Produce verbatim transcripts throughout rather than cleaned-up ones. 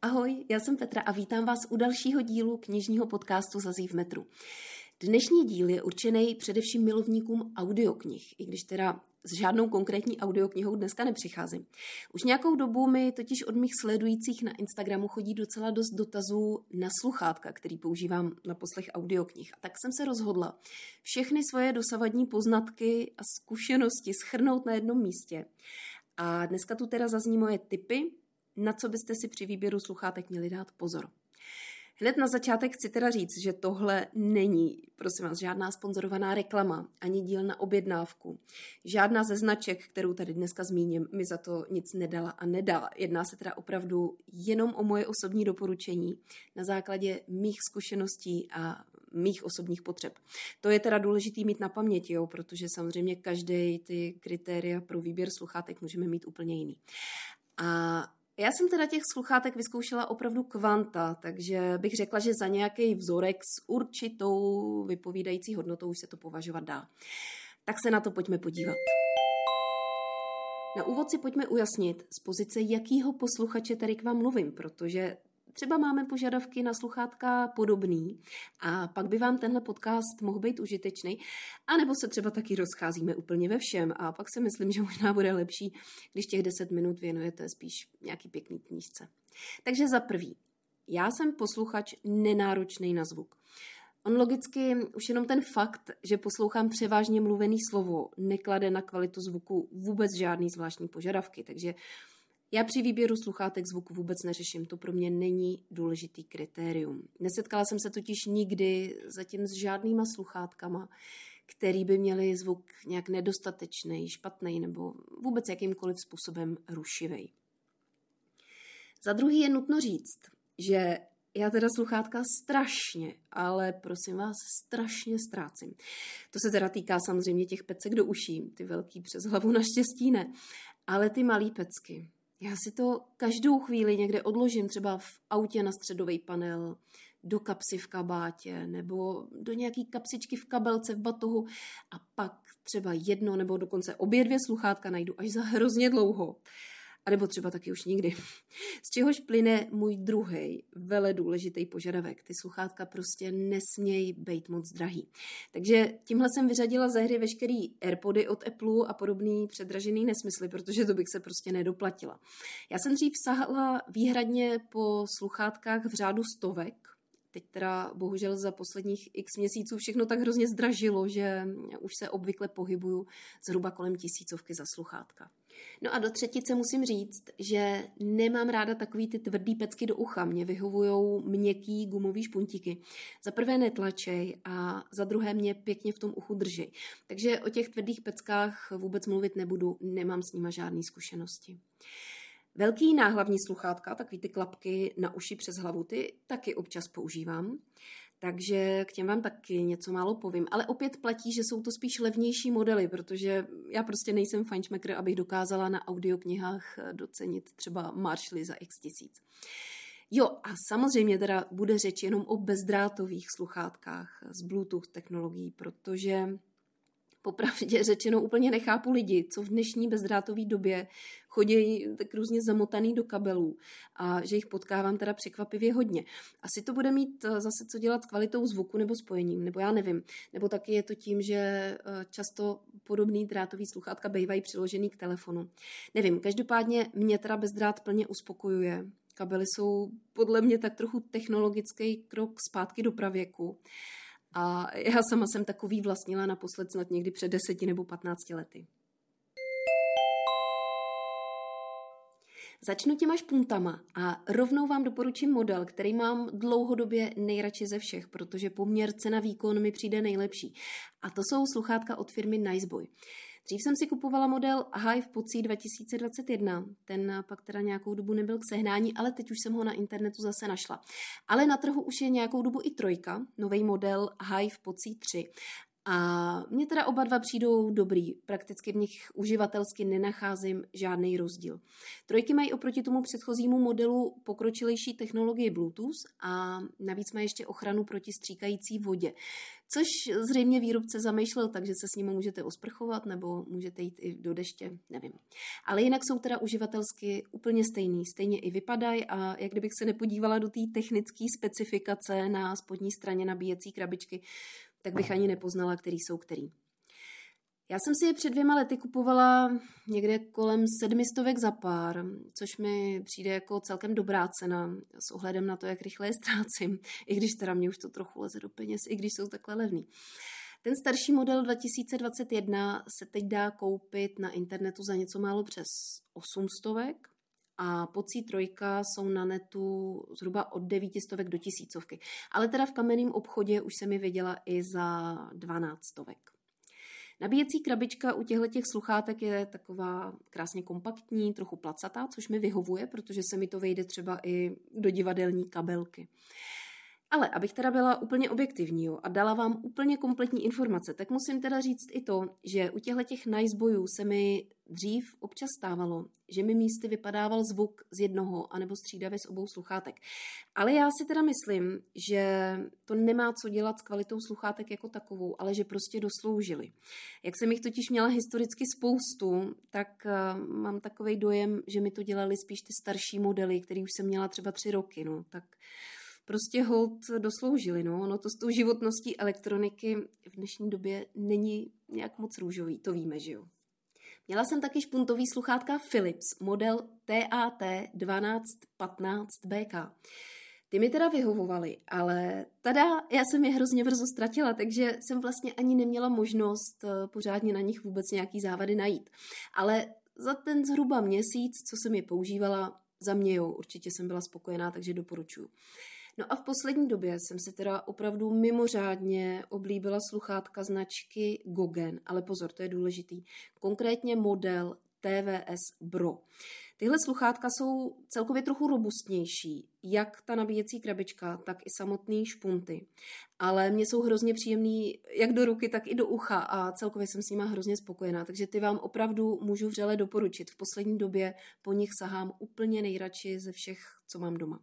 Ahoj, já jsem Petra a vítám vás u dalšího dílu knižního podcastu Zazí v metru. Dnešní díl je určený především milovníkům audioknih, i když teda s žádnou konkrétní audioknihou dneska nepřicházím. Už nějakou dobu mi totiž od mých sledujících na Instagramu chodí docela dost dotazů na sluchátka, který používám na poslech audioknih. A tak jsem se rozhodla všechny svoje dosavadní poznatky a zkušenosti shrnout na jednom místě. A dneska tu teda zazní moje tipy, na co byste si při výběru sluchátek měli dát pozor. Hned na začátek chci teda říct, že tohle není, prosím vás, žádná sponzorovaná reklama, ani díl na objednávku. Žádná ze značek, kterou tady dneska zmíním, mi za to nic nedala a nedala. Jedná se teda opravdu jenom o moje osobní doporučení na základě mých zkušeností a mých osobních potřeb. To je teda důležitý mít na paměti, jo, protože samozřejmě každý ty kritéria pro výběr sluchátek můžeme mít úplně jiný. A já jsem teda těch sluchátek vyzkoušela opravdu kvanta, takže bych řekla, že za nějaký vzorek s určitou vypovídající hodnotou už se to považovat dá. Tak se na to pojďme podívat. Na úvod si pojďme ujasnit z pozice jakýho posluchače tady k vám mluvím, protože třeba máme požadavky na sluchátka podobný a pak by vám tenhle podcast mohl být užitečný, anebo se třeba taky rozcházíme úplně ve všem a pak si myslím, že možná bude lepší, když těch deset minut věnujete spíš nějaký pěkný knížce. Takže za prvý, já jsem posluchač nenáročný na zvuk. On logicky už jenom ten fakt, že poslouchám převážně mluvený slovo, neklade na kvalitu zvuku vůbec žádný zvláštní požadavky, takže já při výběru sluchátek zvuku vůbec neřeším, to pro mě není důležitý kritérium. Nesetkala jsem se totiž nikdy zatím s žádnýma sluchátkama, který by měli zvuk nějak nedostatečný, špatný nebo vůbec jakýmkoliv způsobem rušivý. Za druhý je nutno říct, že já teda sluchátka strašně, ale prosím vás, strašně ztrácím. To se teda týká samozřejmě těch pecek do uší, ty velký přes hlavu naštěstí ne, ale ty malý pecky. Já si to každou chvíli někde odložím, třeba v autě na středový panel, do kapsy v kabátě nebo do nějaký kapsičky v kabelce v batohu a pak třeba jedno nebo dokonce obě dvě sluchátka najdu až za hrozně dlouho. A nebo třeba taky už nikdy. Z čehož plyne můj druhý vele důležitý požadavek. Ty sluchátka prostě nesmějí být moc drahý. Takže tímhle jsem vyřadila ze hry veškerý AirPody od Apple a podobný předražený nesmysly, protože to bych se prostě nedoplatila. Já jsem dřív sahala výhradně po sluchátkách v řádu stovek. Teď teda bohužel za posledních x měsíců všechno tak hrozně zdražilo, že už se obvykle pohybuju zhruba kolem tisícovky za sluchátka. No a do třetice musím říct, že nemám ráda takový ty tvrdý pecky do ucha. Mě vyhovujou měkký gumový špuntíky. Za prvé netlačej a za druhé mě pěkně v tom uchu držej. Takže o těch tvrdých peckách vůbec mluvit nebudu, nemám s nima žádné zkušenosti. Velký náhlavní sluchátka, takový ty klapky na uši přes hlavu, ty taky občas používám, takže k těm vám taky něco málo povím. Ale opět platí, že jsou to spíš levnější modely, protože já prostě nejsem fajnšmekr, abych dokázala na audioknihách docenit třeba Marshally za x tisíc. Jo, a samozřejmě teda bude řeč jenom o bezdrátových sluchátkách z Bluetooth technologií, protože popravdě řečeno úplně nechápu lidi, co v dnešní bezdrátové době chodí tak různě zamotaný do kabelů a že jich potkávám teda překvapivě hodně. Asi to bude mít zase co dělat s kvalitou zvuku nebo spojením, nebo já nevím. Nebo taky je to tím, že často podobný drátový sluchátka bývají přiložený k telefonu. Nevím, každopádně mě teda bezdrát plně uspokojuje. Kabely jsou podle mě tak trochu technologický krok zpátky do pravěku. A já sama jsem takový vlastnila naposled snad někdy před deseti nebo patnácti lety. Začnu těma špuntama a rovnou vám doporučím model, který mám dlouhodobě nejradši ze všech, protože poměr cena-výkon mi přijde nejlepší. A to jsou sluchátka od firmy Niceboy. Dřív jsem si kupovala model Hive Podsy dva tisíce dvacet jedna, ten pak teda nějakou dobu nebyl k sehnání, ale teď už jsem ho na internetu zase našla. Ale na trhu už je nějakou dobu i trojka, nový model Hive Podsy tři. A mně teda oba dva přijdou dobrý, prakticky v nich uživatelsky nenacházím žádný rozdíl. Trojky mají oproti tomu předchozímu modelu pokročilejší technologii Bluetooth a navíc má ještě ochranu proti stříkající vodě, což zřejmě výrobce zamýšlel, takže se s nimi můžete osprchovat nebo můžete jít i do deště, nevím. Ale jinak jsou teda uživatelsky úplně stejný, stejně i vypadají a jak kdybych se nepodívala do té technické specifikace na spodní straně nabíjecí krabičky, tak bych ani nepoznala, který jsou který. Já jsem si je před dvěma lety kupovala někde kolem sedmistovek za pár, což mi přijde jako celkem dobrá cena s ohledem na to, jak rychle je ztrácím, i když teda mě už to trochu leze do peněz, i když jsou takhle levný. Ten starší model dva tisíce dvacet jedna se teď dá koupit na internetu za něco málo přes osm stovek a pocí trojka jsou na netu zhruba od devítistovek do tisícovky. Ale teda v kamenném obchodě už jsem je viděla i za dvanáct stovek. Nabíjecí krabička u těchto sluchátek je taková krásně kompaktní, trochu placatá, což mi vyhovuje, protože se mi to vejde třeba i do divadelní kabelky. Ale abych teda byla úplně objektivní jo, a dala vám úplně kompletní informace, tak musím teda říct i to, že u těchto nice bojů se mi dřív občas stávalo, že mi místy vypadával zvuk z jednoho anebo střídavě z obou sluchátek. Ale já si teda myslím, že to nemá co dělat s kvalitou sluchátek jako takovou, ale že prostě dosloužily. Jak jsem jich totiž měla historicky spoustu, tak uh, mám takovej dojem, že mi to dělali spíš ty starší modely, který už jsem měla třeba tři roky, no, tak prostě hold dosloužili, no. No to s tou životností elektroniky v dnešní době není nějak moc růžový, to víme, že jo. Měla jsem taky špuntový sluchátka Philips, model T A T dvanáct patnáct B K. Ty mi teda vyhovovaly, ale tada, já jsem je hrozně brzo ztratila, takže jsem vlastně ani neměla možnost pořádně na nich vůbec nějaký závady najít. Ale za ten zhruba měsíc, co jsem je používala, za mě jo, určitě jsem byla spokojená, takže doporučuji. No a v poslední době jsem si teda opravdu mimořádně oblíbila sluchátka značky Gogen, ale pozor, to je důležitý, konkrétně model T V S Bro. Tyhle sluchátka jsou celkově trochu robustnější, jak ta nabíjecí krabička, tak i samotný špunty. Ale mě jsou hrozně příjemný jak do ruky, tak i do ucha a celkově jsem s nima hrozně spokojená, takže ty vám opravdu můžu vřele doporučit. V poslední době po nich sahám úplně nejradši ze všech, co mám doma.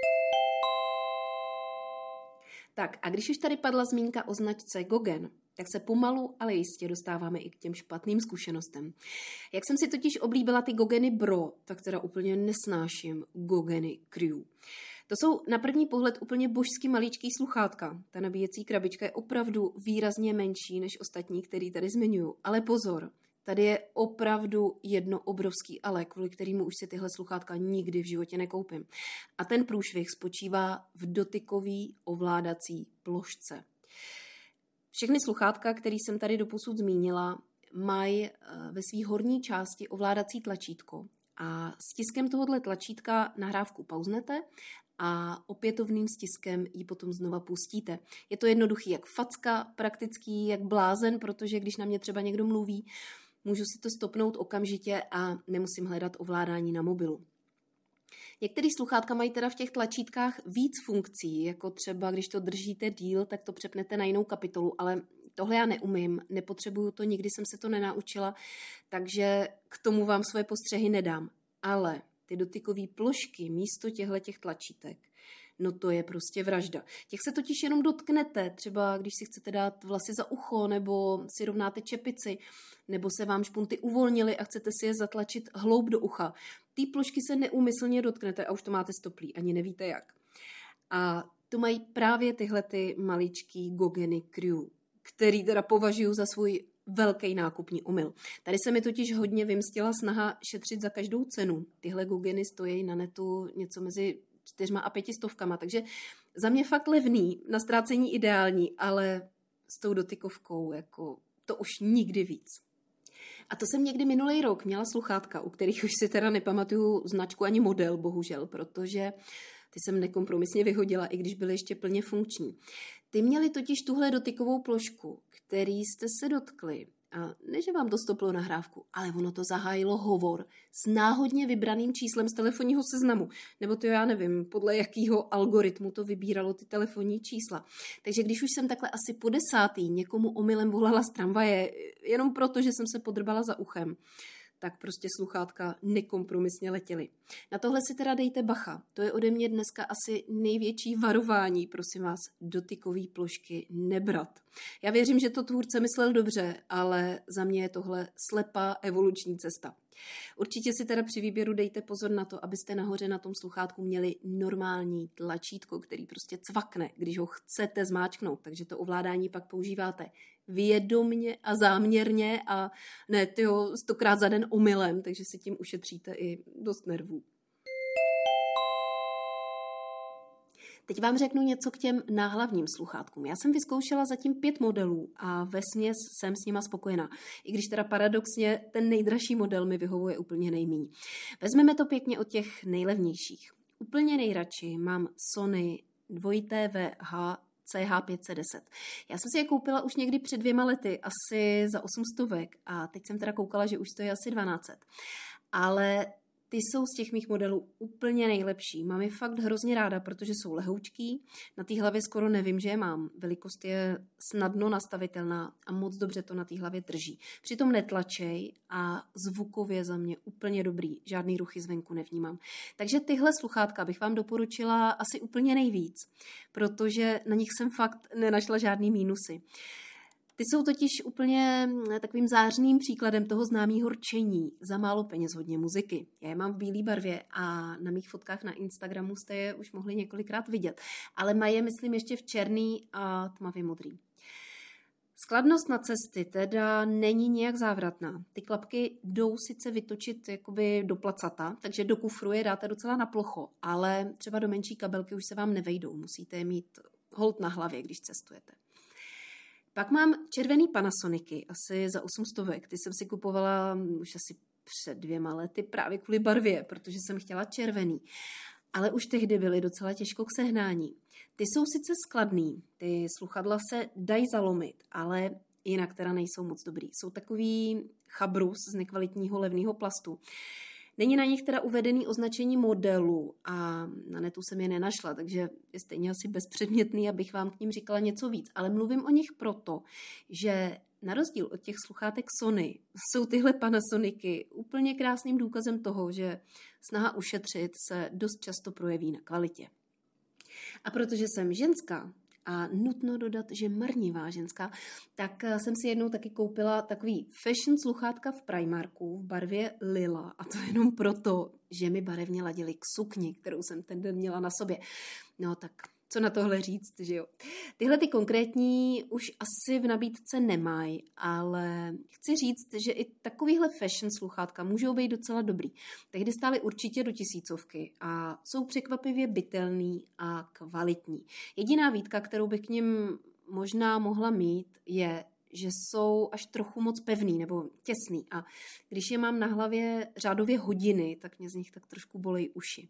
Tak a když už tady padla zmínka o značce Gogen, tak se pomalu, ale jistě dostáváme i k těm špatným zkušenostem. Jak jsem si totiž oblíbila ty Gogeny Bro, tak teda úplně nesnáším Gogeny Crew. To jsou na první pohled úplně božsky maličký sluchátka. Ta nabíjecí krabička je opravdu výrazně menší než ostatní, který tady zmiňuju. Ale pozor, tady je opravdu jedno obrovský ale, kvůli kterému už si tyhle sluchátka nikdy v životě nekoupím. A ten průšvih spočívá v dotykový ovládací plošce. Všechny sluchátka, které jsem tady doposud zmínila, mají ve své horní části ovládací tlačítko. A stiskem tohohle tlačítka nahrávku pauznete a opětovným stiskem ji potom znova pustíte. Je to jednoduchý jak facka, praktický jak blázen, protože když na mě třeba někdo mluví, můžu si to stopnout okamžitě a nemusím hledat ovládání na mobilu. Některé sluchátka mají teda v těch tlačítkách víc funkcí, jako třeba když to držíte díl, tak to přepnete na jinou kapitolu, ale tohle já neumím, nepotřebuju to, nikdy jsem se to nenaučila, takže k tomu vám svoje postřehy nedám. Ale ty dotykové plošky místo těchto tlačítek, no to je prostě vražda. Těch se totiž jenom dotknete, třeba když si chcete dát vlasy za ucho, nebo si rovnáte čepici, nebo se vám špunty uvolnily a chcete si je zatlačit hloub do ucha. Ty plošky se neúmyslně dotknete a už to máte stoplý, ani nevíte jak. A to mají právě tyhle ty maličký Gogeny Crew, který teda považuji za svůj velký nákupní omyl. Tady se mi totiž hodně vymstila snaha šetřit za každou cenu. Tyhle Gogeny stojí na netu něco mezi čtyřma a pěti stovkama, takže za mě fakt levný, na ztrácení ideální, ale s tou dotykovkou jako to už nikdy víc. A to jsem někdy minulý rok měla sluchátka, u kterých už si teda nepamatuju značku ani model, bohužel, protože ty jsem nekompromisně vyhodila, i když byly ještě plně funkční. Ty měli totiž tuhle dotykovou plošku, který jste se dotkli A ne, že vám to stoplo nahrávku, ale ono to zahájilo hovor s náhodně vybraným číslem z telefonního seznamu. Nebo to já nevím, podle jakého algoritmu to vybíralo ty telefonní čísla. Takže když už jsem takhle asi po desátý někomu omylem volala z tramvaje, jenom proto, že jsem se podrbala za uchem, tak prostě sluchátka nekompromisně letěly. Na tohle si teda dejte bacha. To je ode mě dneska asi největší varování, prosím vás, dotykový plošky nebrat. Já věřím, že to tvůrce myslel dobře, ale za mě je tohle slepá evoluční cesta. Určitě si teda při výběru dejte pozor na to, abyste nahoře na tom sluchátku měli normální tlačítko, který prostě cvakne, když ho chcete zmáčknout, takže to ovládání pak používáte vědomně a záměrně a ne tyho stokrát za den omylem, takže si tím ušetříte i dost nervů. Teď vám řeknu něco k těm náhlavním sluchátkům. Já jsem vyzkoušela zatím pět modelů a vesměs jsem s nima spokojená. I když teda paradoxně ten nejdražší model mi vyhovuje úplně nejmíň. Vezmeme to pěkně od těch nejlevnějších. Úplně nejradši mám Sony dvojité V H C H pět set deset. Já jsem si je koupila už někdy před dvěma lety, asi za osm stovek a teď jsem teda koukala, že už to je asi dvanáct set. Ale ty jsou z těch mých modelů úplně nejlepší. Mám je fakt hrozně ráda, protože jsou lehoučký. Na té hlavě skoro nevím, že je mám. Velikost je snadno nastavitelná a moc dobře to na té hlavě drží. Přitom netlačej a zvukově za mě úplně dobrý. Žádný ruchy zvenku nevnímám. Takže tyhle sluchátka bych vám doporučila asi úplně nejvíc, protože na nich jsem fakt nenašla žádný mínusy. Ty jsou totiž úplně takovým zářným příkladem toho známého rčení. Za málo peněz hodně muziky. Já je mám v bílé barvě a na mých fotkách na Instagramu jste je už mohli několikrát vidět. Ale mají je, myslím, ještě v černý a tmavě modrý. Skladnost na cesty teda není nějak závratná. Ty klapky jdou sice vytočit jakoby do placata, takže do kufru je dáte docela na plocho, ale třeba do menší kabelky už se vám nevejdou. Musíte je mít hold na hlavě, když cestujete. Pak mám červený Panasonicy, asi za osm stovek. Ty jsem si kupovala už asi před dvěma lety právě kvůli barvě, protože jsem chtěla červený. Ale už tehdy byly docela těžko k sehnání. Ty jsou sice skladný, ty sluchadla se dají zalomit, ale jinak teda nejsou moc dobrý. Jsou takový chabrus z nekvalitního levného plastu. Není na nich teda uvedený označení modelu a na netu jsem je nenašla, takže je stejně asi bezpředmětný, abych vám k ním říkala něco víc. Ale mluvím o nich proto, že na rozdíl od těch sluchátek Sony jsou tyhle Panasonicy úplně krásným důkazem toho, že snaha ušetřit se dost často projeví na kvalitě. A protože jsem ženská, a nutno dodat, že marnivá ženská, tak jsem si jednou taky koupila takový fashion sluchátka v Primarku v barvě lila. A to jenom proto, že mi barevně ladily k sukni, kterou jsem ten den měla na sobě. No tak co na tohle říct, že jo. Tyhle ty konkrétní už asi v nabídce nemají, ale chci říct, že i takovýhle fashion sluchátka můžou být docela dobrý. Tehdy stály určitě do tisícovky a jsou překvapivě bytelný a kvalitní. Jediná výtka, kterou bych k nim možná mohla mít, je, že jsou až trochu moc pevný nebo těsný a když je mám na hlavě řádově hodiny, tak mě z nich tak trošku bolej uši.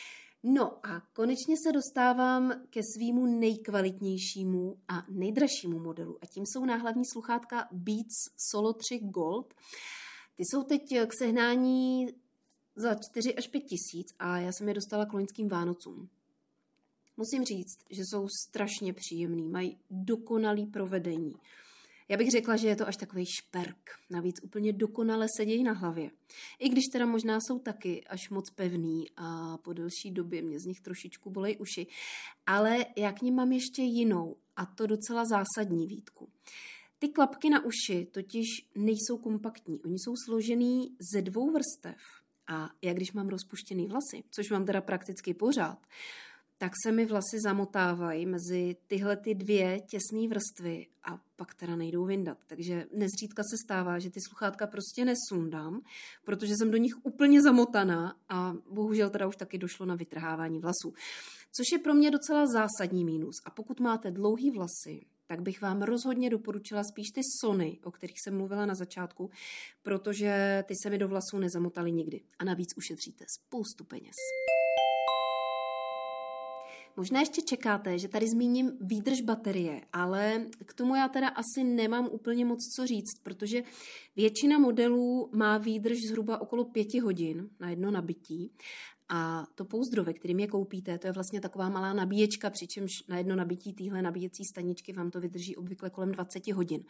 No a konečně se dostávám ke svýmu nejkvalitnějšímu a nejdražšímu modelu a tím jsou náhlavní sluchátka Beats Solo tři Gold. Ty jsou teď k sehnání za čtyři až pět tisíc a já jsem je dostala k loňským Vánocům. Musím říct, že jsou strašně příjemný, mají dokonalý provedení. Já bych řekla, že je to až takový šperk. Navíc úplně dokonale sedějí na hlavě. I když teda možná jsou taky až moc pevný a po delší době mě z nich trošičku bolej uši. Ale já k nim mám ještě jinou a to docela zásadní výtku. Ty klapky na uši totiž nejsou kompaktní. Oni jsou složený ze dvou vrstev. A já když mám rozpuštěný vlasy, což mám teda prakticky pořád, tak se mi vlasy zamotávají mezi tyhle ty dvě těsné vrstvy a pak teda nejdou vyndat. Takže nezřídka se stává, že ty sluchátka prostě nesundám, protože jsem do nich úplně zamotaná a bohužel teda už taky došlo na vytrhávání vlasů. Což je pro mě docela zásadní mínus. A pokud máte dlouhý vlasy, tak bych vám rozhodně doporučila spíš ty Sony, o kterých jsem mluvila na začátku, protože ty se mi do vlasů nezamotaly nikdy. A navíc ušetříte spoustu peněz. Možná ještě čekáte, že tady zmíním výdrž baterie, ale k tomu já teda asi nemám úplně moc co říct, protože většina modelů má výdrž zhruba okolo pěti hodin na jedno nabití. A to pouzdro, ve kterým je koupíte, to je vlastně taková malá nabíječka, přičemž na jedno nabití téhle nabíjecí staničky vám to vydrží obvykle kolem dvacet hodin.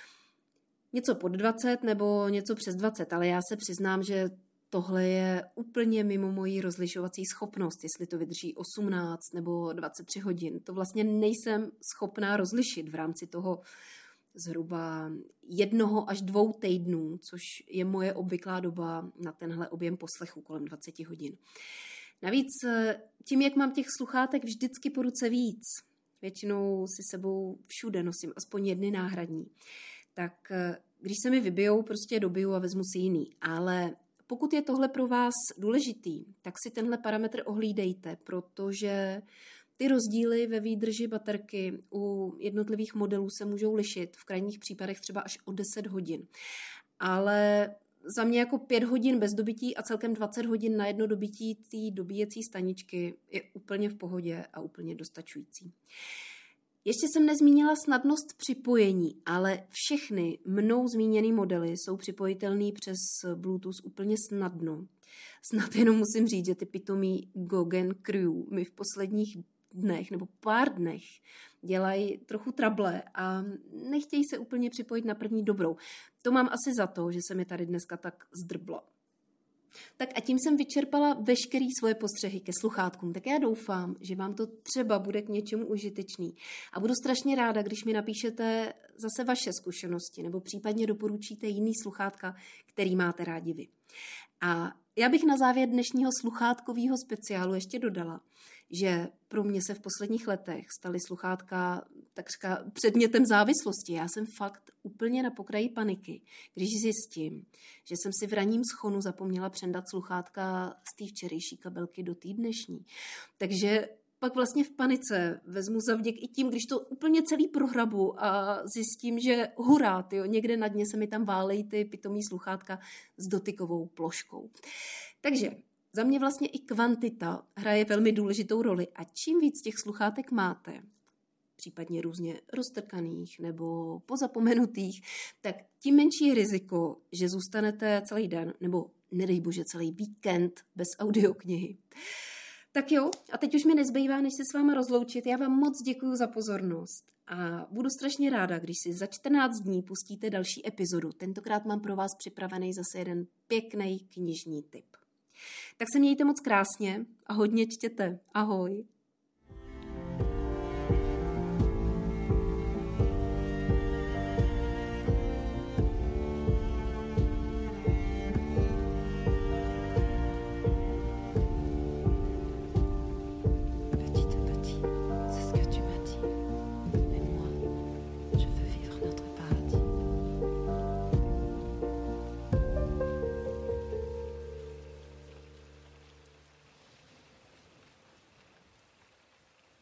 Něco pod dvacet nebo něco přes dvacet, ale já se přiznám, že tohle je úplně mimo moji rozlišovací schopnost, jestli to vydrží osmnáct nebo dvacet tři hodin. To vlastně nejsem schopná rozlišit v rámci toho zhruba jednoho až dvou týdnů, což je moje obvyklá doba na tenhle objem poslechu kolem dvacet hodin. Navíc tím, jak mám těch sluchátek vždycky po ruce víc, většinou si sebou všude nosím aspoň jedny náhradní, tak když se mi vybijou, prostě dobiju a vezmu si jiný. Ale pokud je tohle pro vás důležitý, tak si tenhle parametr ohlídejte, protože ty rozdíly ve výdrži baterky u jednotlivých modelů se můžou lišit, v krajních případech třeba až o deset hodin. Ale za mě jako pět hodin bez dobití a celkem dvacet hodin na jedno dobití té dobíjecí staničky je úplně v pohodě a úplně dostačující. Ještě jsem nezmínila snadnost připojení, ale všechny mnou zmíněné modely jsou připojitelné přes Bluetooth úplně snadno. Snad jenom musím říct, že ty pitomí Gogen Crew mi v posledních dnech nebo pár dnech dělají trochu trable a nechtějí se úplně připojit na první dobrou. To mám asi za to, že se mi tady dneska tak zdrblo. Tak a tím jsem vyčerpala veškeré svoje postřehy ke sluchátkům. Tak já doufám, že vám to třeba bude k něčemu užitečný. A budu strašně ráda, když mi napíšete zase vaše zkušenosti nebo případně doporučíte jiný sluchátka, který máte rádi vy. A já bych na závěr dnešního sluchátkového speciálu ještě dodala, že pro mě se v posledních letech staly sluchátka takřka předmětem závislosti. Já jsem fakt úplně na pokraji paniky, když zjistím, že jsem si v ranním schonu zapomněla přendat sluchátka z té včerejší kabelky do té dnešní. Takže pak vlastně v panice vezmu zavděk i tím, když to úplně celý prohrabu a zjistím, že hurá, tyjo, někde na dně se mi tam válejí ty pitomý sluchátka s dotykovou ploškou. Takže za mě vlastně i kvantita hraje velmi důležitou roli a čím víc těch sluchátek máte, případně různě roztrkaných nebo pozapomenutých, tak tím menší je riziko, že zůstanete celý den nebo nedej bože celý víkend bez audioknihy. Tak jo, a teď už mi nezbývá, než se s váma rozloučit. Já vám moc děkuju za pozornost a budu strašně ráda, když si za čtrnáct dní pustíte další epizodu. Tentokrát mám pro vás připravený zase jeden pěkný knižní tip. Tak se mějte moc krásně a hodně čtěte. Ahoj.